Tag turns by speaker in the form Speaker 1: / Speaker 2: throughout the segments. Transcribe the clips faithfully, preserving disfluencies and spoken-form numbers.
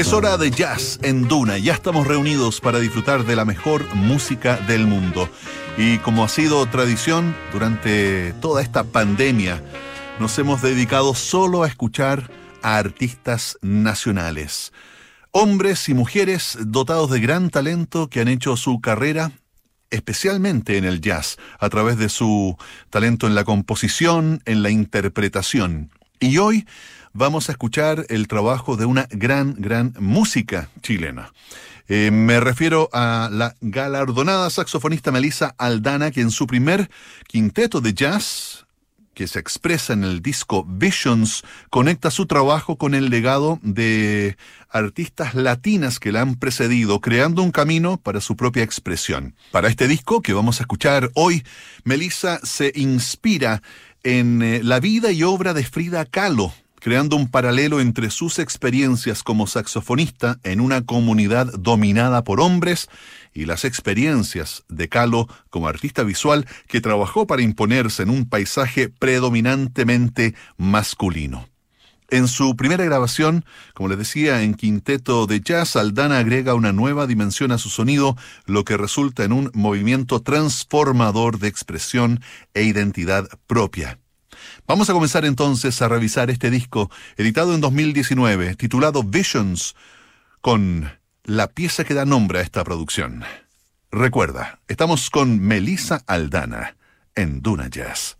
Speaker 1: Es hora de jazz en Duna. Ya estamos reunidos para disfrutar de la mejor música del mundo. Y como ha sido tradición durante toda esta pandemia, nos hemos dedicado solo a escuchar a artistas nacionales. Hombres y mujeres dotados de gran talento que han hecho su carrera especialmente en el jazz, a través de su talento en la composición, en la interpretación. Y hoy vamos a escuchar el trabajo de una gran, gran música chilena. Eh, me refiero a la galardonada saxofonista Melissa Aldana, que en su primer quinteto de jazz, que se expresa en el disco Visions, conecta su trabajo con el legado de artistas latinas que la han precedido, creando un camino para su propia expresión. Para este disco que vamos a escuchar hoy, Melissa se inspira en eh, la vida y obra de Frida Kahlo, creando un paralelo entre sus experiencias como saxofonista en una comunidad dominada por hombres y las experiencias de Kahlo como artista visual que trabajó para imponerse en un paisaje predominantemente masculino. En su primera grabación, como les decía, en quinteto de jazz, Aldana agrega una nueva dimensión a su sonido, lo que resulta en un movimiento transformador de expresión e identidad propia. Vamos a comenzar entonces a revisar este disco, editado en dos mil diecinueve, titulado Visions, con la pieza que da nombre a esta producción. Recuerda, estamos con Melissa Aldana en Duna Jazz.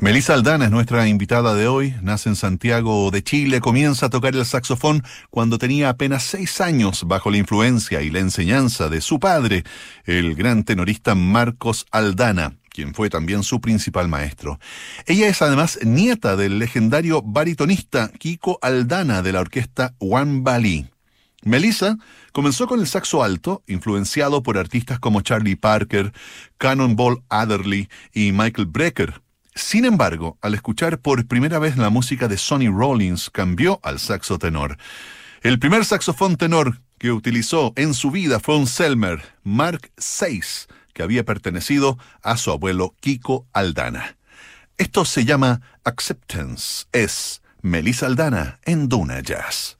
Speaker 1: Melissa Aldana es nuestra invitada de hoy. Nace en Santiago de Chile, comienza a tocar el saxofón cuando tenía apenas seis años bajo la influencia y la enseñanza de su padre, el gran tenorista Marcos Aldana, quien fue también su principal maestro. Ella es además nieta del legendario baritonista Kiko Aldana de la orquesta One Bali. Melissa comenzó con el saxo alto, influenciado por artistas como Charlie Parker, Cannonball Adderley y Michael Brecker. Sin embargo, al escuchar por primera vez la música de Sonny Rollins, cambió al saxo tenor. El primer saxofón tenor que utilizó en su vida fue un Selmer Mark seis, que había pertenecido a su abuelo Kiko Aldana. Esto se llama Acceptance. Es Melissa Aldana en Duna Jazz.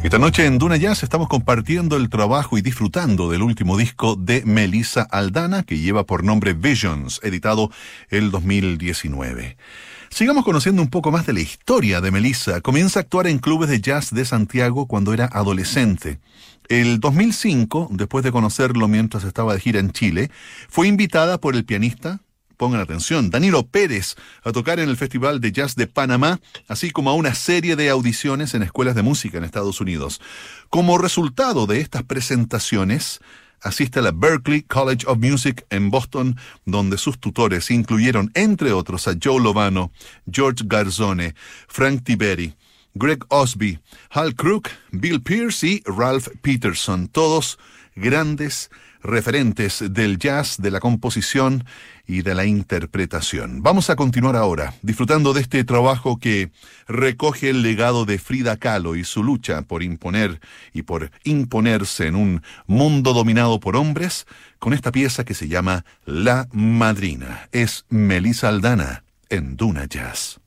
Speaker 1: Esta noche en Duna Jazz estamos compartiendo el trabajo y disfrutando del último disco de Melissa Aldana, que lleva por nombre Visions, editado el dos mil diecinueve. Sigamos conociendo un poco más de la historia de Melissa. Comienza a actuar en clubes de jazz de Santiago cuando era adolescente. El dos mil cinco, después de conocerlo mientras estaba de gira en Chile, fue invitada por el pianista, pongan atención, Danilo Pérez, a tocar en el Festival de Jazz de Panamá, así como a una serie de audiciones en escuelas de música en Estados Unidos. Como resultado de estas presentaciones, asiste a la Berklee College of Music en Boston, donde sus tutores incluyeron, entre otros, a Joe Lovano, George Garzone, Frank Tiberi, Greg Osby, Hal Crook, Bill Pierce y Ralph Peterson, todos grandes referentes del jazz, de la composición y de la interpretación. Vamos a continuar ahora, disfrutando de este trabajo que recoge el legado de Frida Kahlo y su lucha por imponer y por imponerse en un mundo dominado por hombres, con esta pieza que se llama La Madrina. Es Melissa Aldana en Duna Jazz.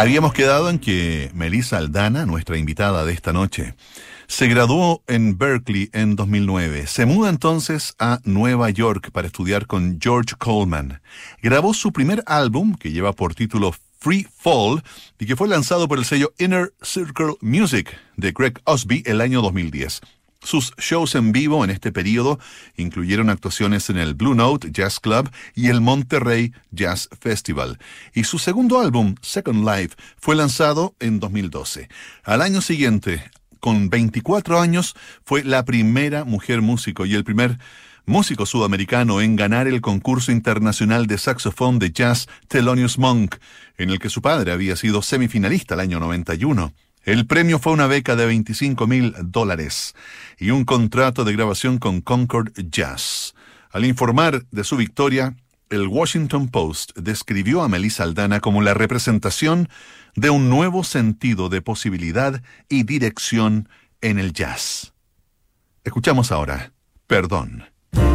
Speaker 1: Habíamos quedado en que Melissa Aldana, nuestra invitada de esta noche, se graduó en Berkeley en dos mil nueve. Se muda entonces a Nueva York para estudiar con George Coleman. Grabó su primer álbum, que lleva por título Free Fall, y que fue lanzado por el sello Inner Circle Music de Greg Osby el año dos mil diez. Sus shows en vivo en este periodo incluyeron actuaciones en el Blue Note Jazz Club y el Monterrey Jazz Festival. Y su segundo álbum, Second Life, fue lanzado en dos mil doce. Al año siguiente, con veinticuatro años, fue la primera mujer músico y el primer músico sudamericano en ganar el concurso internacional de saxofón de jazz Thelonious Monk, en el que su padre había sido semifinalista el año noventa y uno. El premio fue una beca de veinticinco mil dólares y un contrato de grabación con Concord Jazz. Al informar de su victoria, el Washington Post describió a Melissa Aldana como la representación de un nuevo sentido de posibilidad y dirección en el jazz. Escuchamos ahora, Perdón.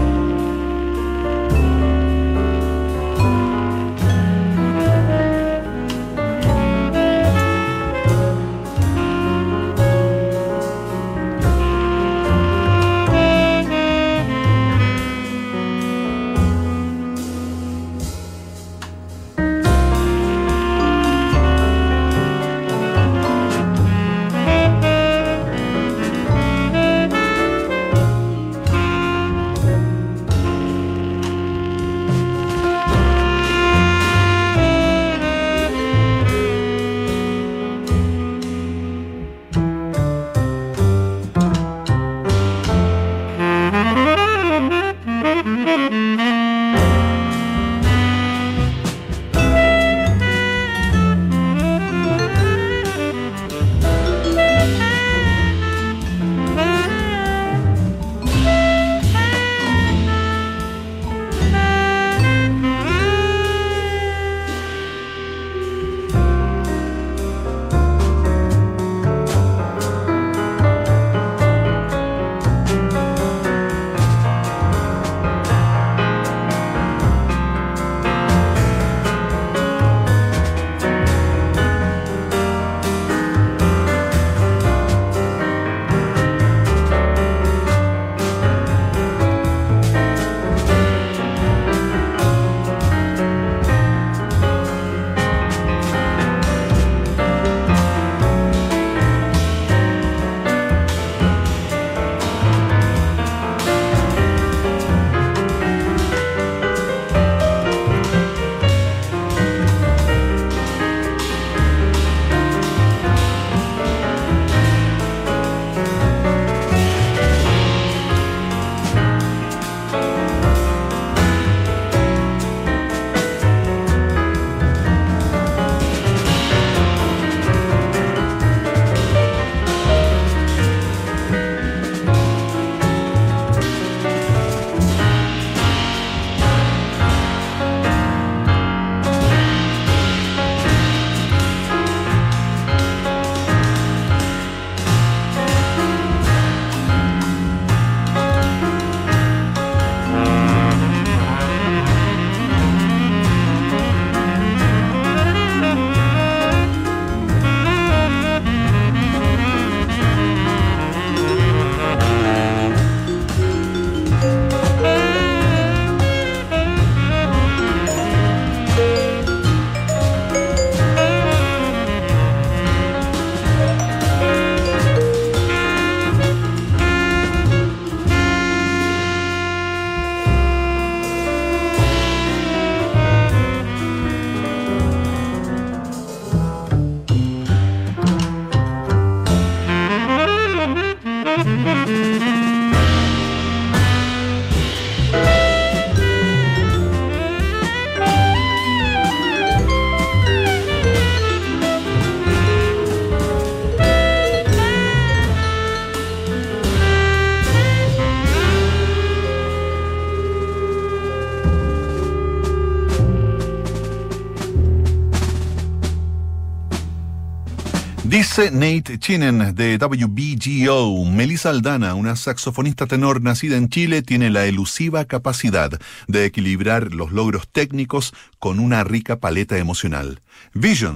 Speaker 1: Dice Nate Chinen de W B G O, Melissa Aldana, una saxofonista tenor nacida en Chile, tiene la elusiva capacidad de equilibrar los logros técnicos con una rica paleta emocional. Visions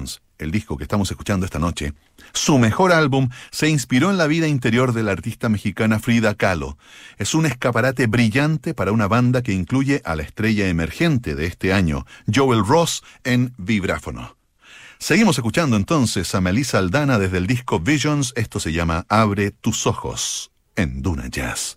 Speaker 1: el disco que estamos escuchando esta noche, su mejor álbum se inspiró en la vida interior de la artista mexicana Frida Kahlo. Es un escaparate brillante para una banda que incluye a la estrella emergente de este año, Joel Ross, en vibráfono. Seguimos escuchando entonces a Melissa Aldana desde el disco Visions. Esto se llama Abre tus ojos, en Duna Jazz.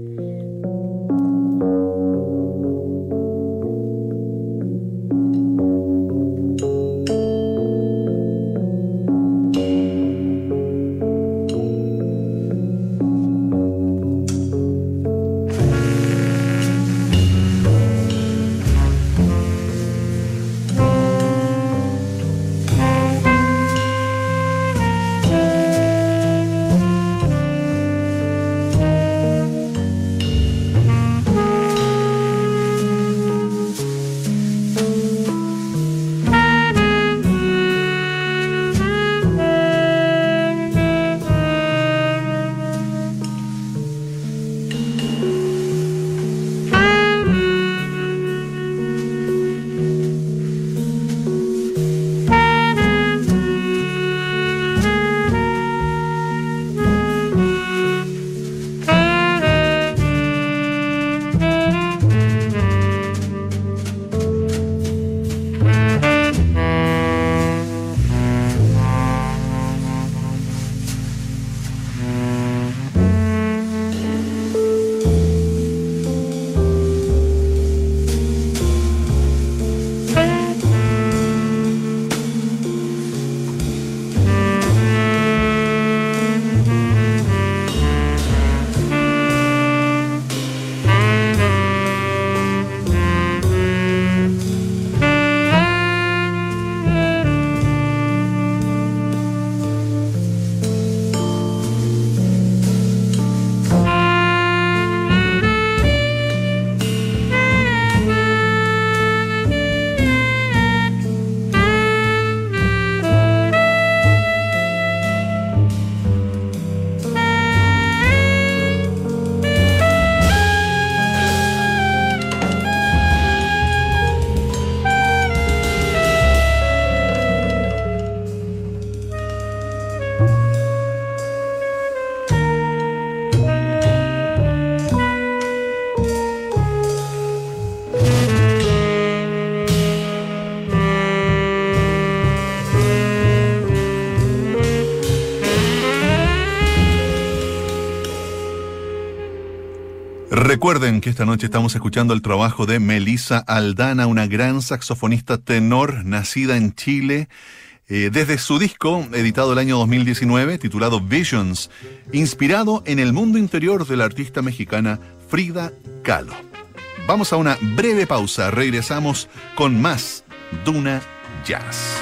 Speaker 1: Recuerden que esta noche estamos escuchando el trabajo de Melissa Aldana, una gran saxofonista tenor nacida en Chile, eh, desde su disco editado el año dos mil diecinueve titulado Visions, inspirado en el mundo interior de la artista mexicana Frida Kahlo. Vamos a una breve pausa, regresamos con más Duna Jazz.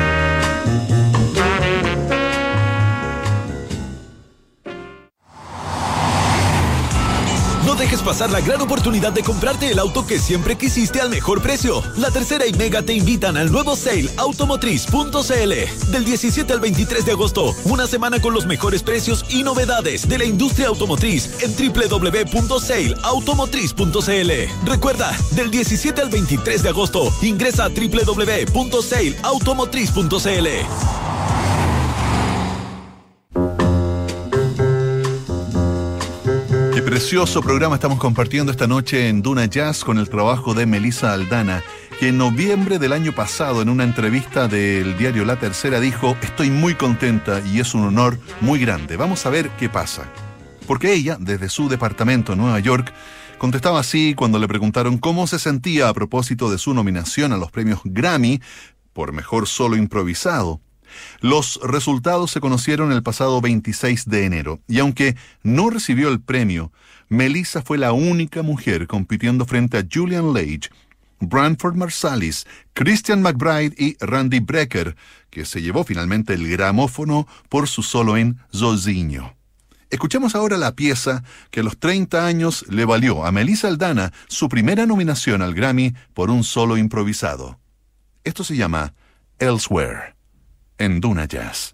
Speaker 2: No dejes pasar la gran oportunidad de comprarte el auto que siempre quisiste al mejor precio. La Tercera y Mega te invitan al nuevo Sale Automotriz punto c l. Del diecisiete al veintitrés de agosto, una semana con los mejores precios y novedades de la industria automotriz en doble u doble u doble u punto sale automotriz punto c l. Recuerda, del diecisiete al veintitrés de agosto, ingresa a doble u doble u doble u punto sale automotriz punto c l.
Speaker 1: Precioso programa estamos compartiendo esta noche en Duna Jazz con el trabajo de Melissa Aldana, que en noviembre del año pasado en una entrevista del diario La Tercera dijo: estoy muy contenta y es un honor muy grande. Vamos a ver qué pasa. Porque ella, desde su departamento en Nueva York, contestaba así cuando le preguntaron cómo se sentía a propósito de su nominación a los premios Grammy por Mejor Solo Improvisado. Los resultados se conocieron el pasado veintiséis de enero, y aunque no recibió el premio, Melissa fue la única mujer compitiendo frente a Julian Lage, Branford Marsalis, Christian McBride y Randy Brecker, que se llevó finalmente el gramófono por su solo en Zozinho. Escuchemos ahora la pieza que a los treinta años le valió a Melissa Aldana su primera nominación al Grammy por un solo improvisado. Esto se llama Elsewhere, en Duna Jazz.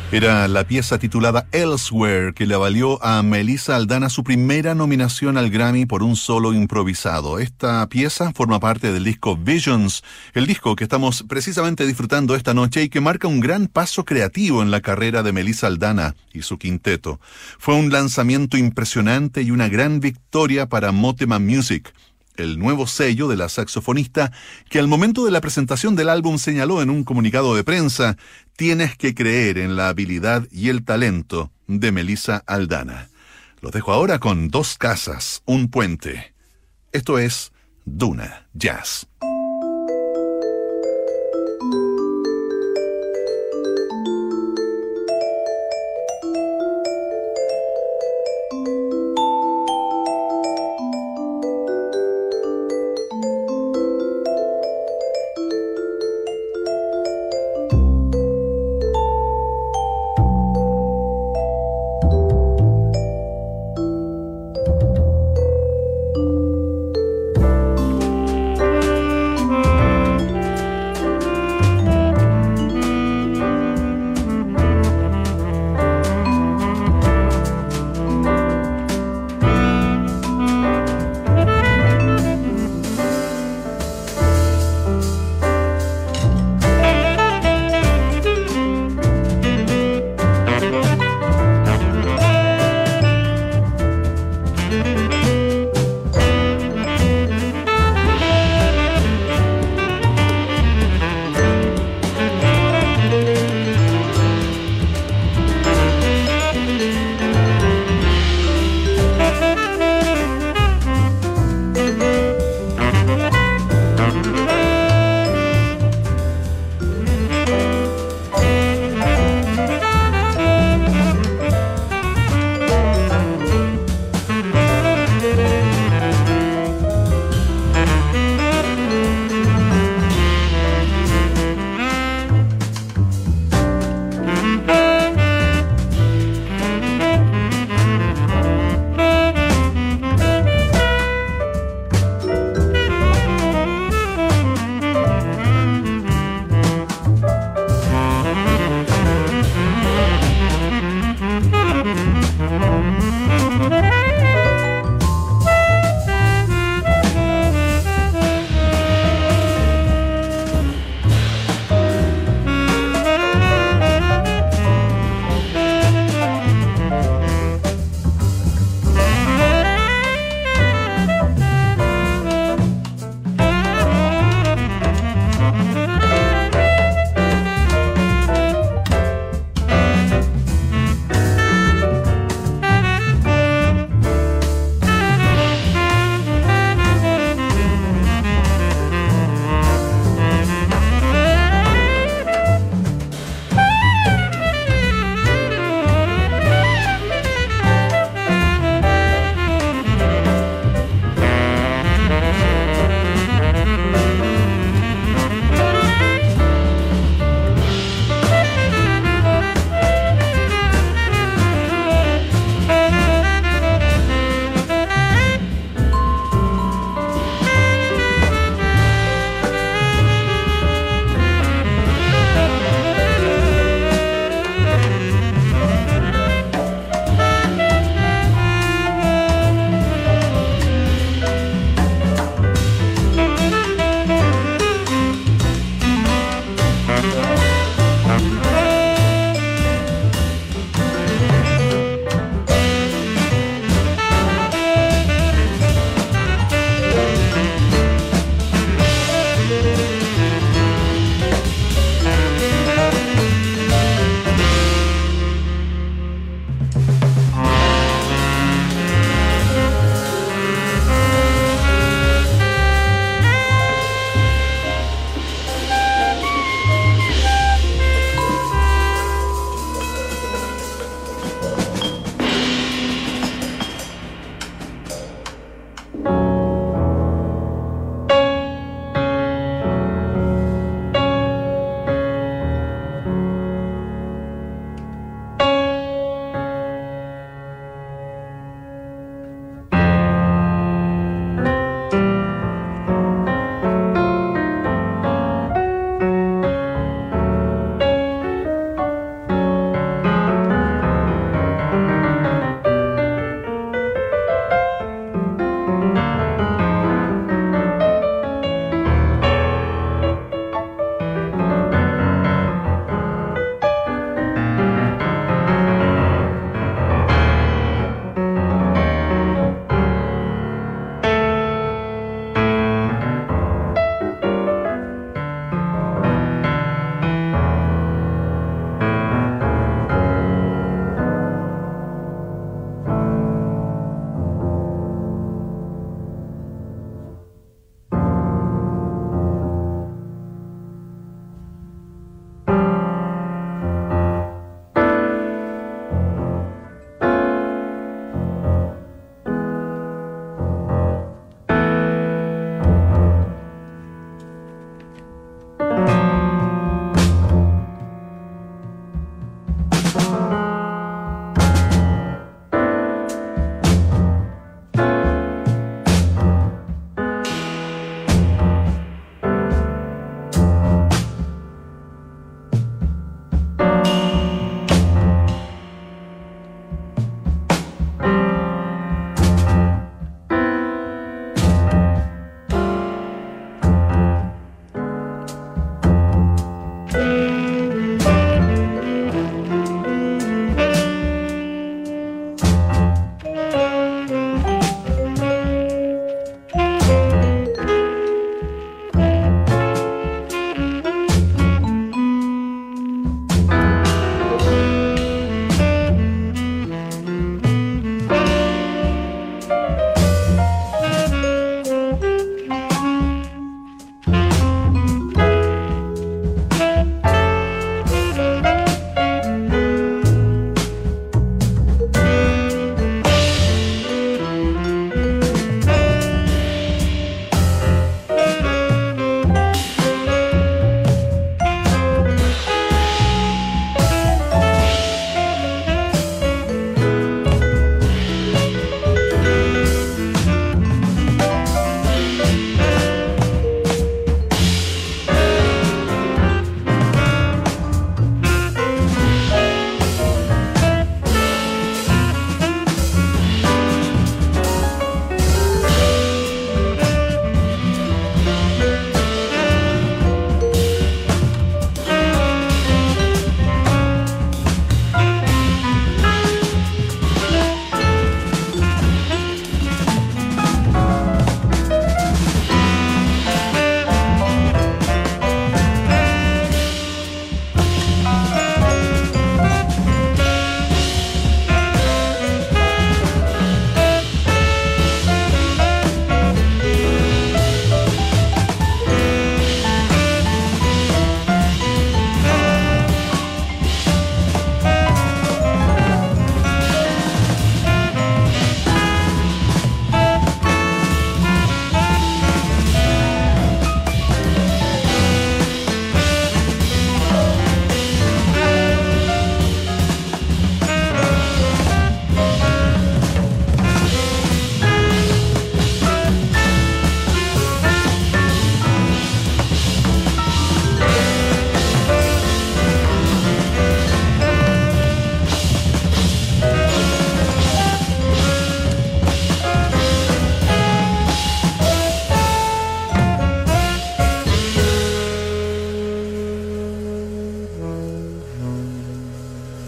Speaker 1: Era la pieza titulada Elsewhere que le valió a Melissa Aldana su primera nominación al Grammy por un solo improvisado. Esta pieza forma parte del disco Visions, el disco que estamos precisamente disfrutando esta noche y que marca un gran paso creativo en la carrera de Melissa Aldana y su quinteto. Fue un lanzamiento impresionante y una gran victoria para Motema Music, el nuevo sello de la saxofonista, que al momento de la presentación del álbum señaló en un comunicado de prensa: tienes que creer en la habilidad y el talento de Melissa Aldana. Los dejo ahora con Dos Casas, un Puente. Esto es Duna Jazz.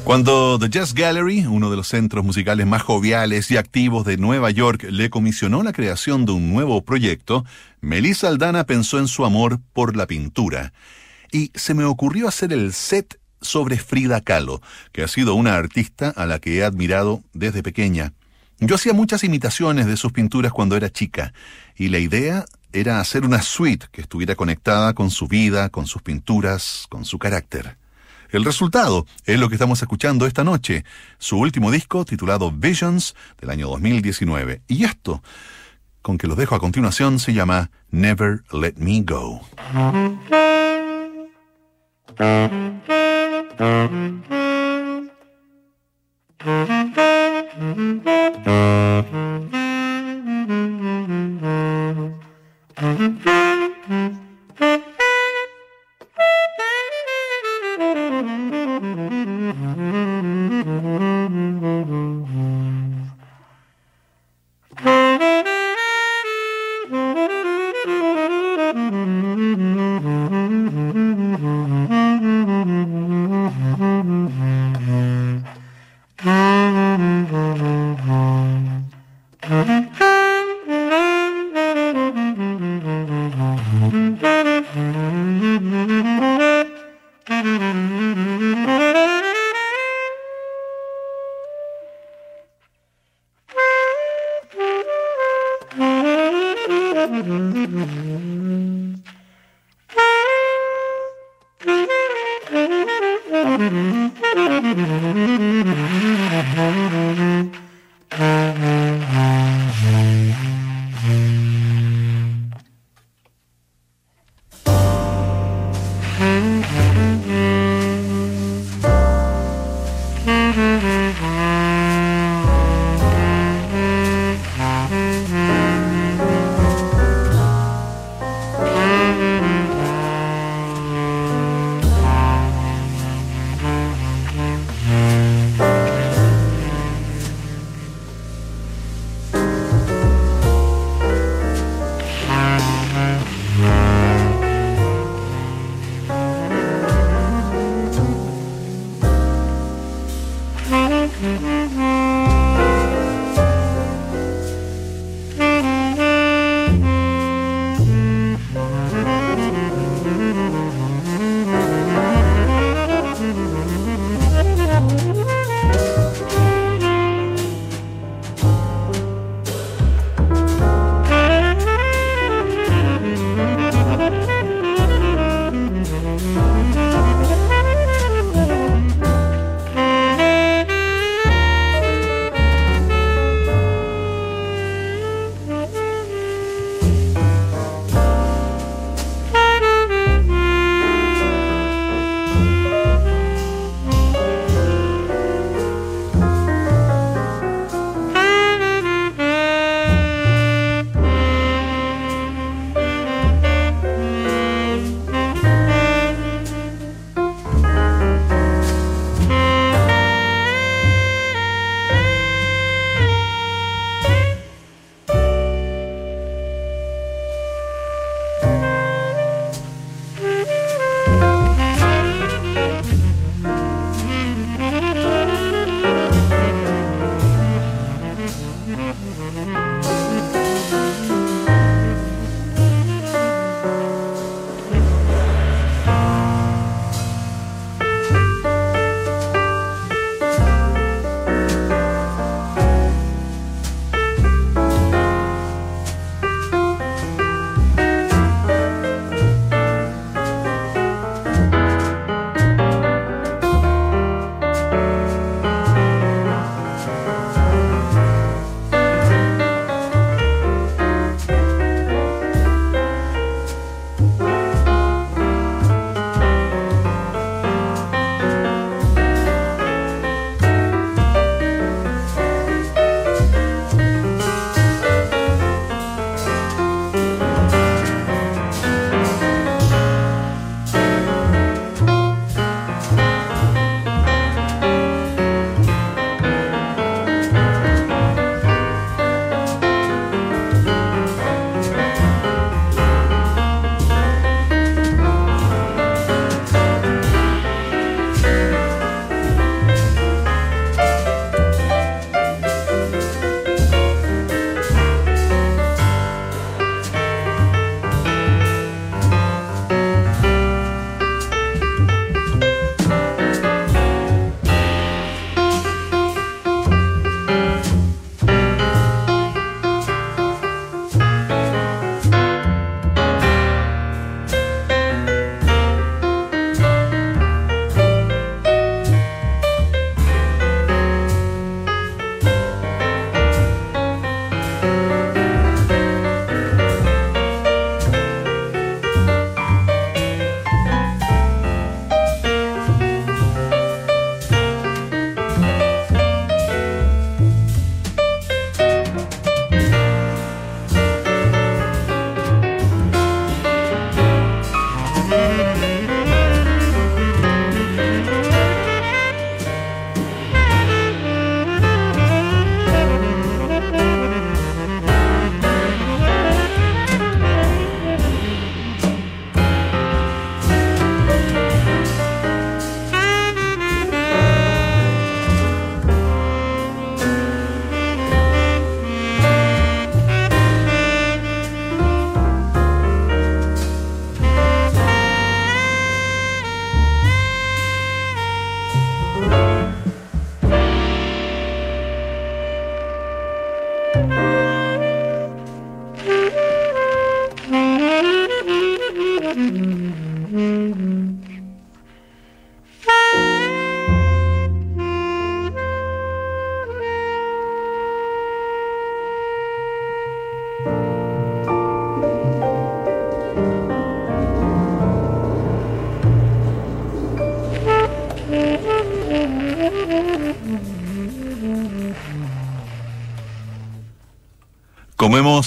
Speaker 1: Cuando The Jazz Gallery, uno de los centros musicales más joviales y activos de Nueva York, le comisionó la creación de un nuevo proyecto, Melissa Aldana pensó en su amor por la pintura. Y se me ocurrió hacer el set sobre Frida Kahlo, que ha sido una artista a la que he admirado desde pequeña. Yo hacía muchas imitaciones de sus pinturas cuando era chica, y la idea era hacer una suite que estuviera conectada con su vida, con sus pinturas, con su carácter. El resultado es lo que estamos escuchando esta noche, su último disco titulado Visions del año dos mil diecinueve. Y esto, con que los dejo a continuación, se llama Never Let Me Go.
Speaker 3: Mm-hmm.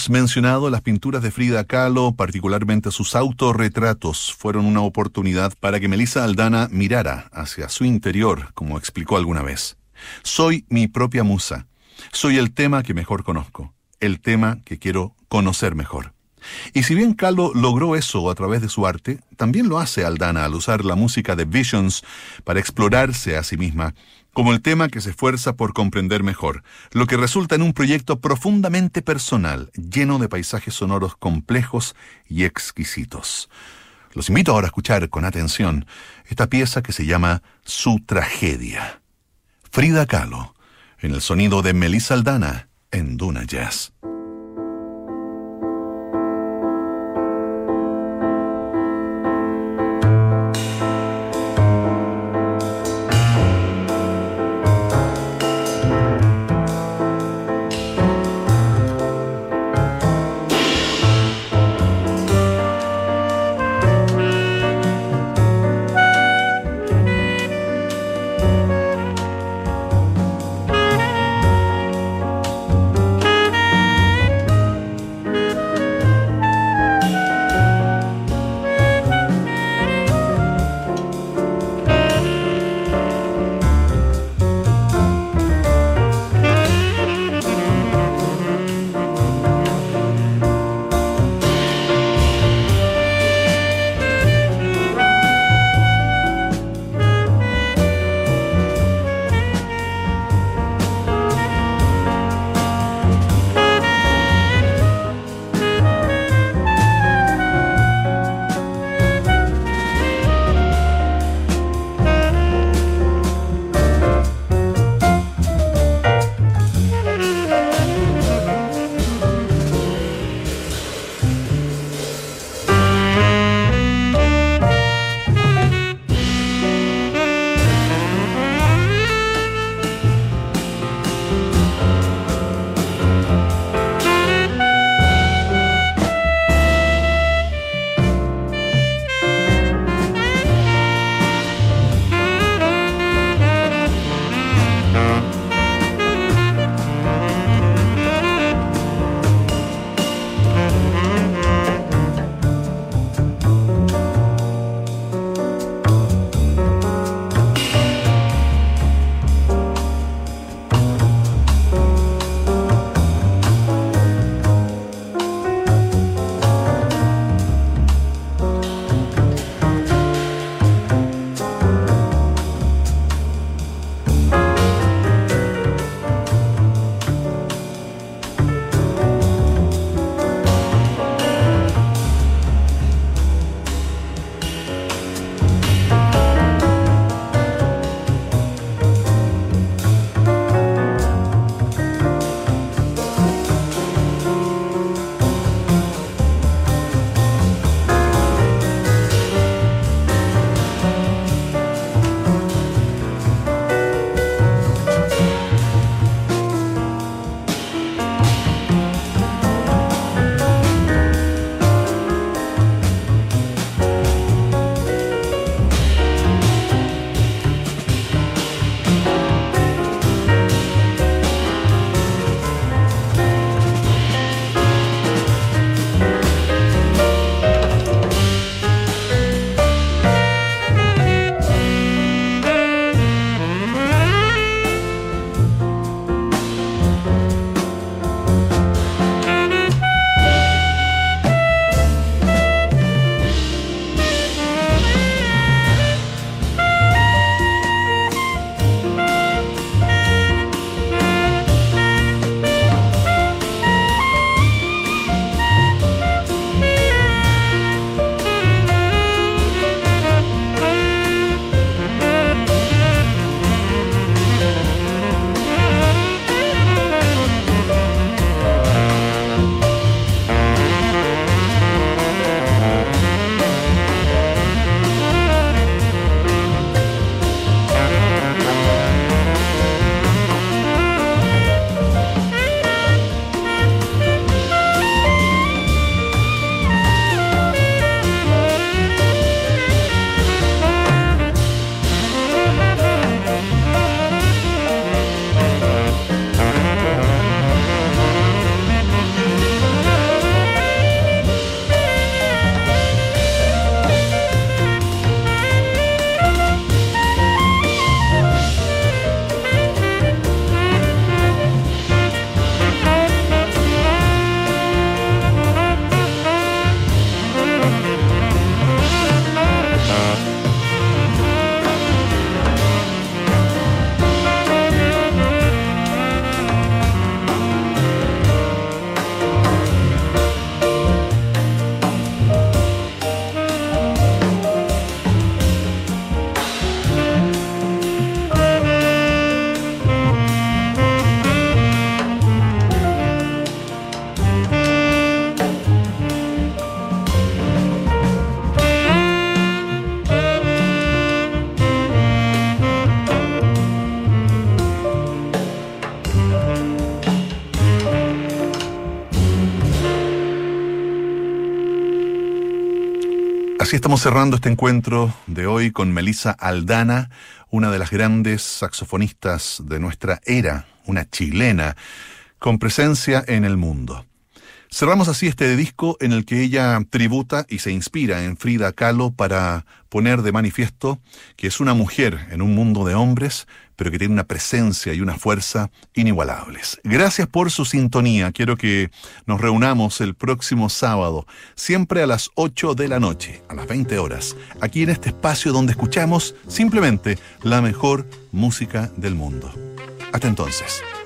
Speaker 1: hemos mencionado, las pinturas de Frida Kahlo, particularmente sus autorretratos, fueron una oportunidad para que Melissa Aldana mirara hacia su interior, como explicó alguna vez. Soy mi propia musa. Soy el tema que mejor conozco, el tema que quiero conocer mejor. Y si bien Kahlo logró eso a través de su arte, también lo hace Aldana al usar la música de Visions para explorarse a sí misma, como el tema que se esfuerza por comprender mejor, lo que resulta en un proyecto profundamente personal, lleno de paisajes sonoros complejos y exquisitos. Los invito ahora a escuchar con atención esta pieza que se llama Su Tragedia. Frida Kahlo, en el sonido de Melissa Aldana, en Duna Jazz. Así estamos cerrando este encuentro de hoy con Melissa Aldana, una de las grandes saxofonistas de nuestra era, una chilena, con presencia en el mundo. Cerramos así este disco en el que ella tributa y se inspira en Frida Kahlo para poner de manifiesto que es una mujer en un mundo de hombres, pero que tiene una presencia y una fuerza inigualables. Gracias por su sintonía. Quiero que nos reunamos el próximo sábado, siempre a las ocho de la noche, a las veinte horas, aquí en este espacio donde escuchamos simplemente la mejor música del mundo. Hasta entonces.